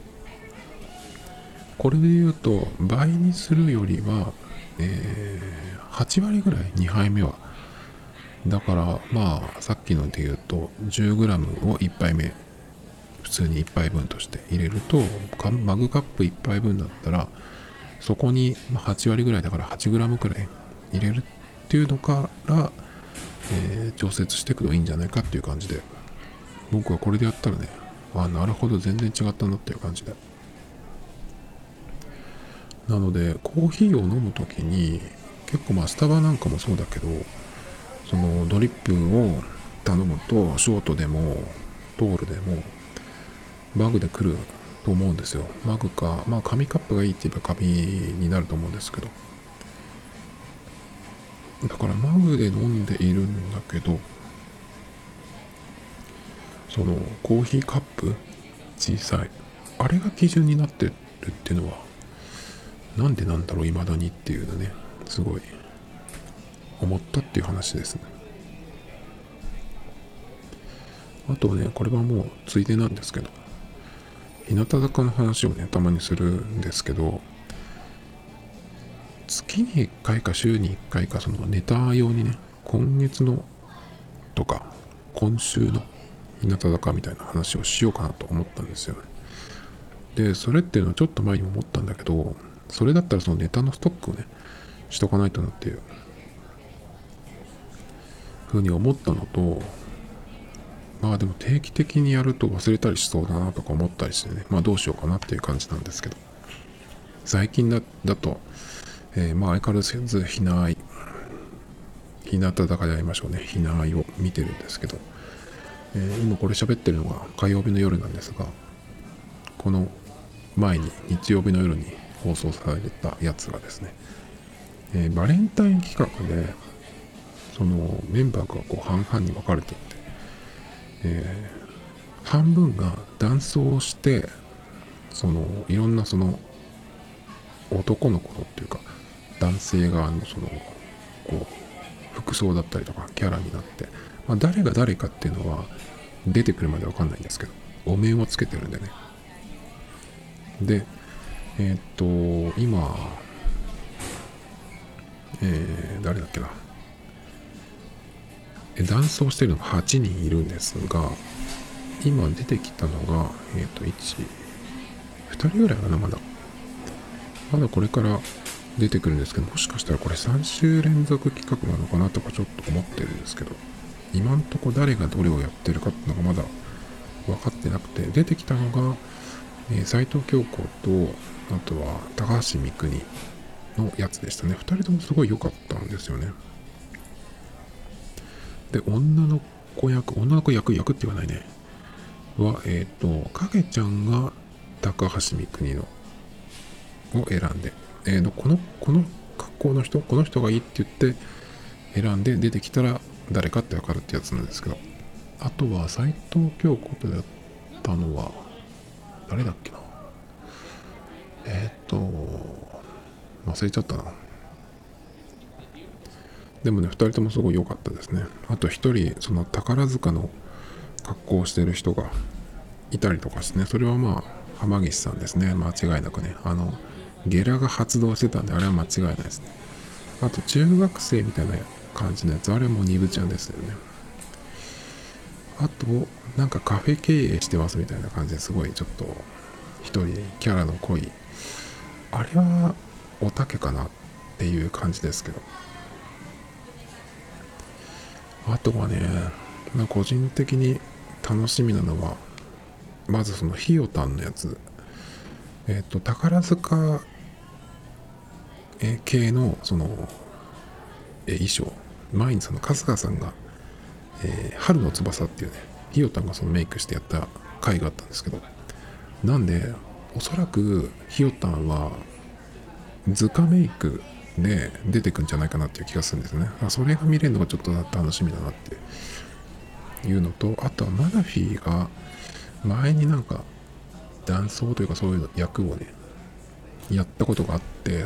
これで言うと倍にするよりは、えー、はち割ぐらいにはいめは。だからまあさっきので言うと じゅうグラム をいっぱいめ、普通にいっぱいぶんとして入れると、マグカップいっぱいぶんだったらそこにはち割ぐらいだから はちグラム くらい入れるっていうのから、えー、調節していくといいんじゃないかっていう感じで、僕はこれでやったらね、あ、なるほど全然違ったなっていう感じで。なのでコーヒーを飲むときに結構、まあスタバなんかもそうだけど、そのドリップを頼むとショートでもトールでもバグで来ると思うんですよ。マグか、まあ紙カップがいいって言えば紙になると思うんですけど、だからマグで飲んでいるんだけど、そのコーヒーカップ小さいあれが基準になってるっていうのはなんでなんだろう未だにっていうのね、すごい思ったっていう話ですね。あとね、これはもうついでなんですけど、日向坂の話をねたまにするんですけど、月にいっかいか週にいっかいか、そのネタ用にね、今月のとか今週の日向坂みたいな話をしようかなと思ったんですよね。でそれっていうのはちょっと前に思ったんだけど、それだったらそのネタのストックをねしとかないとなっていうふうに思ったのと、まあでも定期的にやると忘れたりしそうだなとか思ったりしてね、まあどうしようかなっていう感じなんですけど、最近だだと、えー、まあ相変わらずひなあい日向坂でやりましょうね、ひなあいを見てるんですけど、えー、今これ喋ってるのが火曜日の夜なんですが、この前に日曜日の夜に放送されたやつがですね、えー、バレンタイン企画でそのメンバーがこう半々に分かれていて、えー、半分がダンスをして、そのいろんなその男の子のっていうか男性側のそのこう服装だったりとかキャラになって、まあ、誰が誰かっていうのは出てくるまで分かんないんですけど、お面をつけてるんでね。でえー、っと今、えー、誰だっけな、ダンスをしているのがはちにんいるんですが、今出てきたのが、えっ、ー、と、いち、 ふたりぐらいかな。まだまだこれから出てくるんですけど、もしかしたらこれさん週連続企画なのかなとかちょっと思ってるんですけど、今んとこ誰がどれをやってるかっていうのがまだ分かってなくて、出てきたのが、えー、斉藤京子と、あとは高橋みくにのやつでしたね。ふたりともすごい良かったんですよね。で、女の子役、女の子役、役って言わないね。は、えっ、ー、と、影ちゃんが高橋みくにのを選んで、えー、この、この格好の人、この人がいいって言って選んで出てきたら誰かってわかるってやつなんですけど、あとは斉藤京子とやったのは、誰だっけな。えっ、ー、と、忘れちゃったな。でもね、ふたりともすごい良かったですね。あとひとり、その宝塚の格好をしてる人がいたりとかしてね、それはまあ、浜岸さんですね。間違いなくね。あの、ゲラが発動してたんで、あれは間違いないですね。あと、中学生みたいな感じのやつ、あれはもうニブちゃんですよね。あと、なんかカフェ経営してますみたいな感じですごいちょっと、一人キャラの濃い、あれはおたけかなっていう感じですけど。あとはね、まあ、個人的に楽しみなのは、まずそのひよたんのやつ、えっと、宝塚系のその衣装、前にその春日さんが、えー、春の翼っていうね、ひよたんがそのメイクしてやった回があったんですけど、なんで、おそらくひよたんは図鑑メイクで出てくんじゃないかなっていう気がするんですよね。それが見れるのがちょっと楽しみだなっていうのと、あとはマナフィーが前になんか男装というかそういう役をねやったことがあって、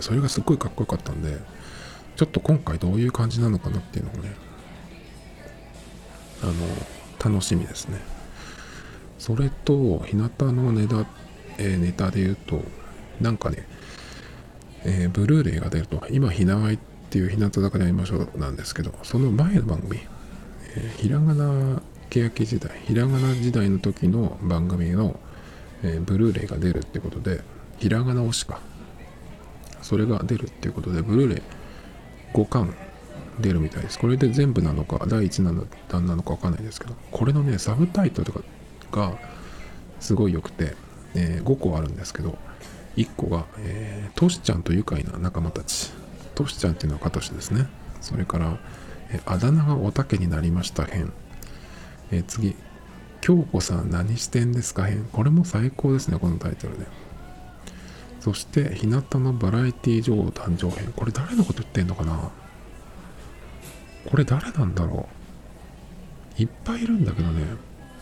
それがすっごいかっこよかったんで、ちょっと今回どういう感じなのかなっていうのをね、あの楽しみですね。それと日向のネタ、えー、ネタで言うと、なんかね、えー、ブルーレイが出ると、今ひなわいっていう日向坂で会いましょうなんですけど、その前の番組、えー、ひらがな欅時代、ひらがな時代の時の番組の、えー、ブルーレイが出るってことで、ひらがな推しか、それが出るっていうことで、ブルーレイごかん出るみたいです。これで全部なのか、だいいち弾なのかわかんないですけど、これのね、サブタイトルがすごい良くて、えー、ごこあるんですけど、いっこが、えー、トシちゃんと愉快な仲間たち。トシちゃんっていうのはカトシですね。それから、えー、あだ名がおたけになりました編。えー、次、京子さん何してんですか編。これも最高ですね、このタイトルで。そして、日向のバラエティ女王誕生編。これ誰のこと言ってんのかな。これ誰なんだろう。いっぱいいるんだけどね。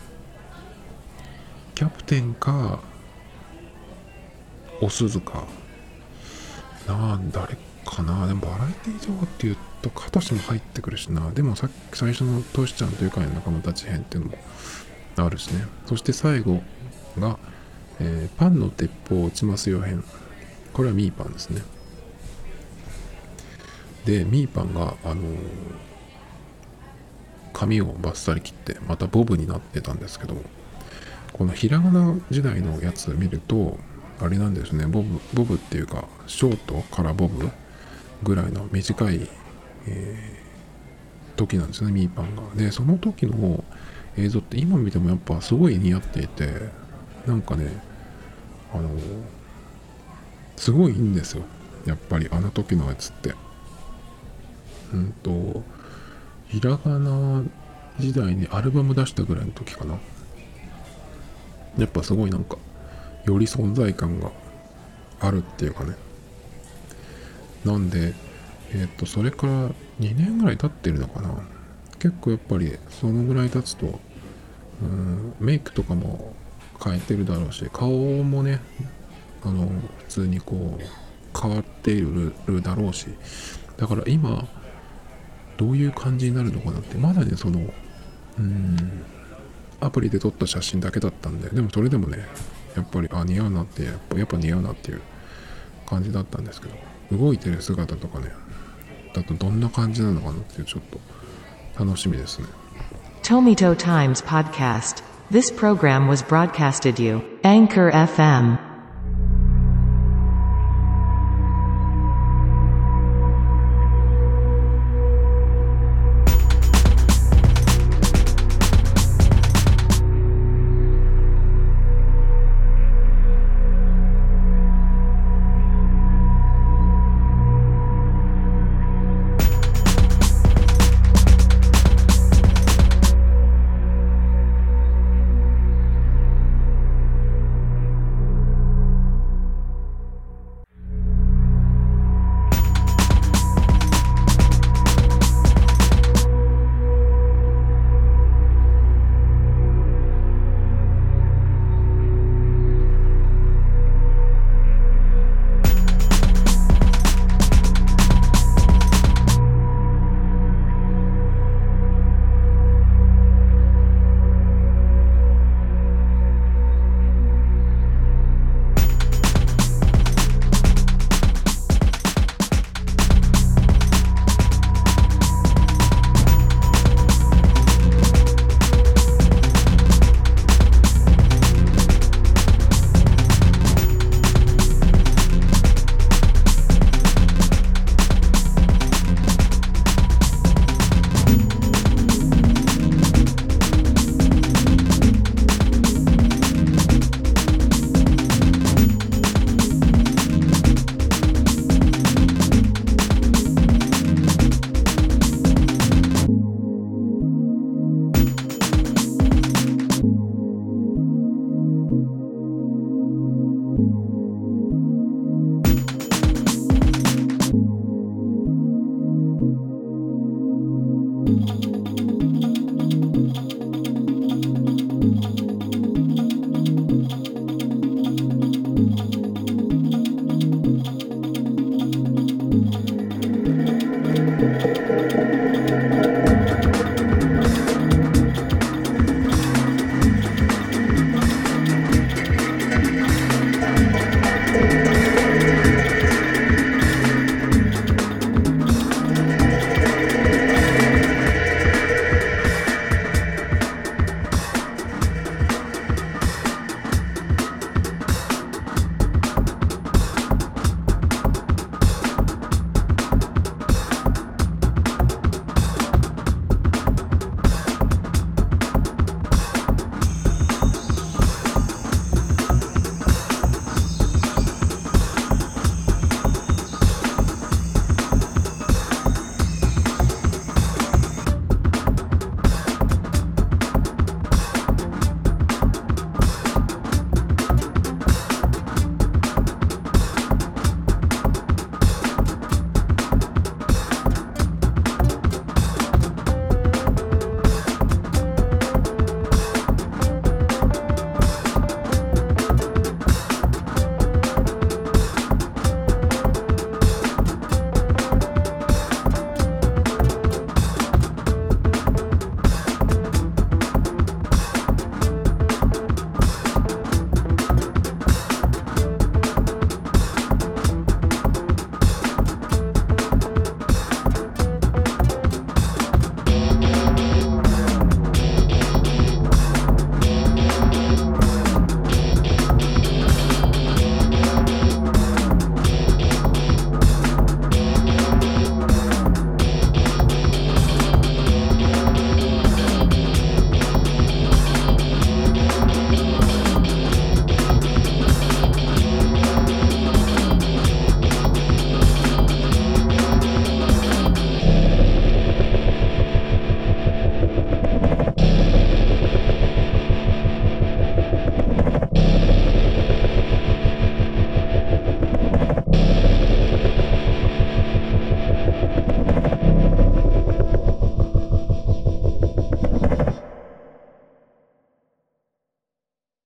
キャプテンか、お鈴か。なん誰かな。でもバラエティ女王って言うとカトシも入ってくるしな。でもさっき最初のトシちゃんというかの仲間たち編っていうのもあるしね。そして最後が、えー、パンの鉄砲落ちますよ編。これはミーパンですね。でミーパンがあのー、髪をバッサリ切ってまたボブになってたんですけど、このひらがな時代のやつ見るとあれなんですね。ボブボブっていうかショートからボブぐらいの短い、えー、時なんですね、ミーパンが。でその時の映像って今見てもやっぱすごい似合っていて、なんかね、あのすごいいいんですよ、やっぱりあの時のやつって。うんとひらがな時代にアルバム出したぐらいの時かな。やっぱすごいなんかより存在感があるっていうかね。なんでえっとそれからにねんぐらい経ってるのかな。結構やっぱりそのぐらい経つと、うん、メイクとかも変えてるだろうし、顔もね、あの普通にこう変わっているだろうし、だから今どういう感じになるのかなって、まだねそのうんアプリで撮った写真だけだったんで、でもそれでもねやっぱりあ似合うなってやっぱやっぱ似合うなっていう感じだったんですけど、動いてる姿とかねだとどんな感じなのかなっていうちょっと楽しみですね。 Tomito Times Podcast. This program was broadcasted you Anchor エフエム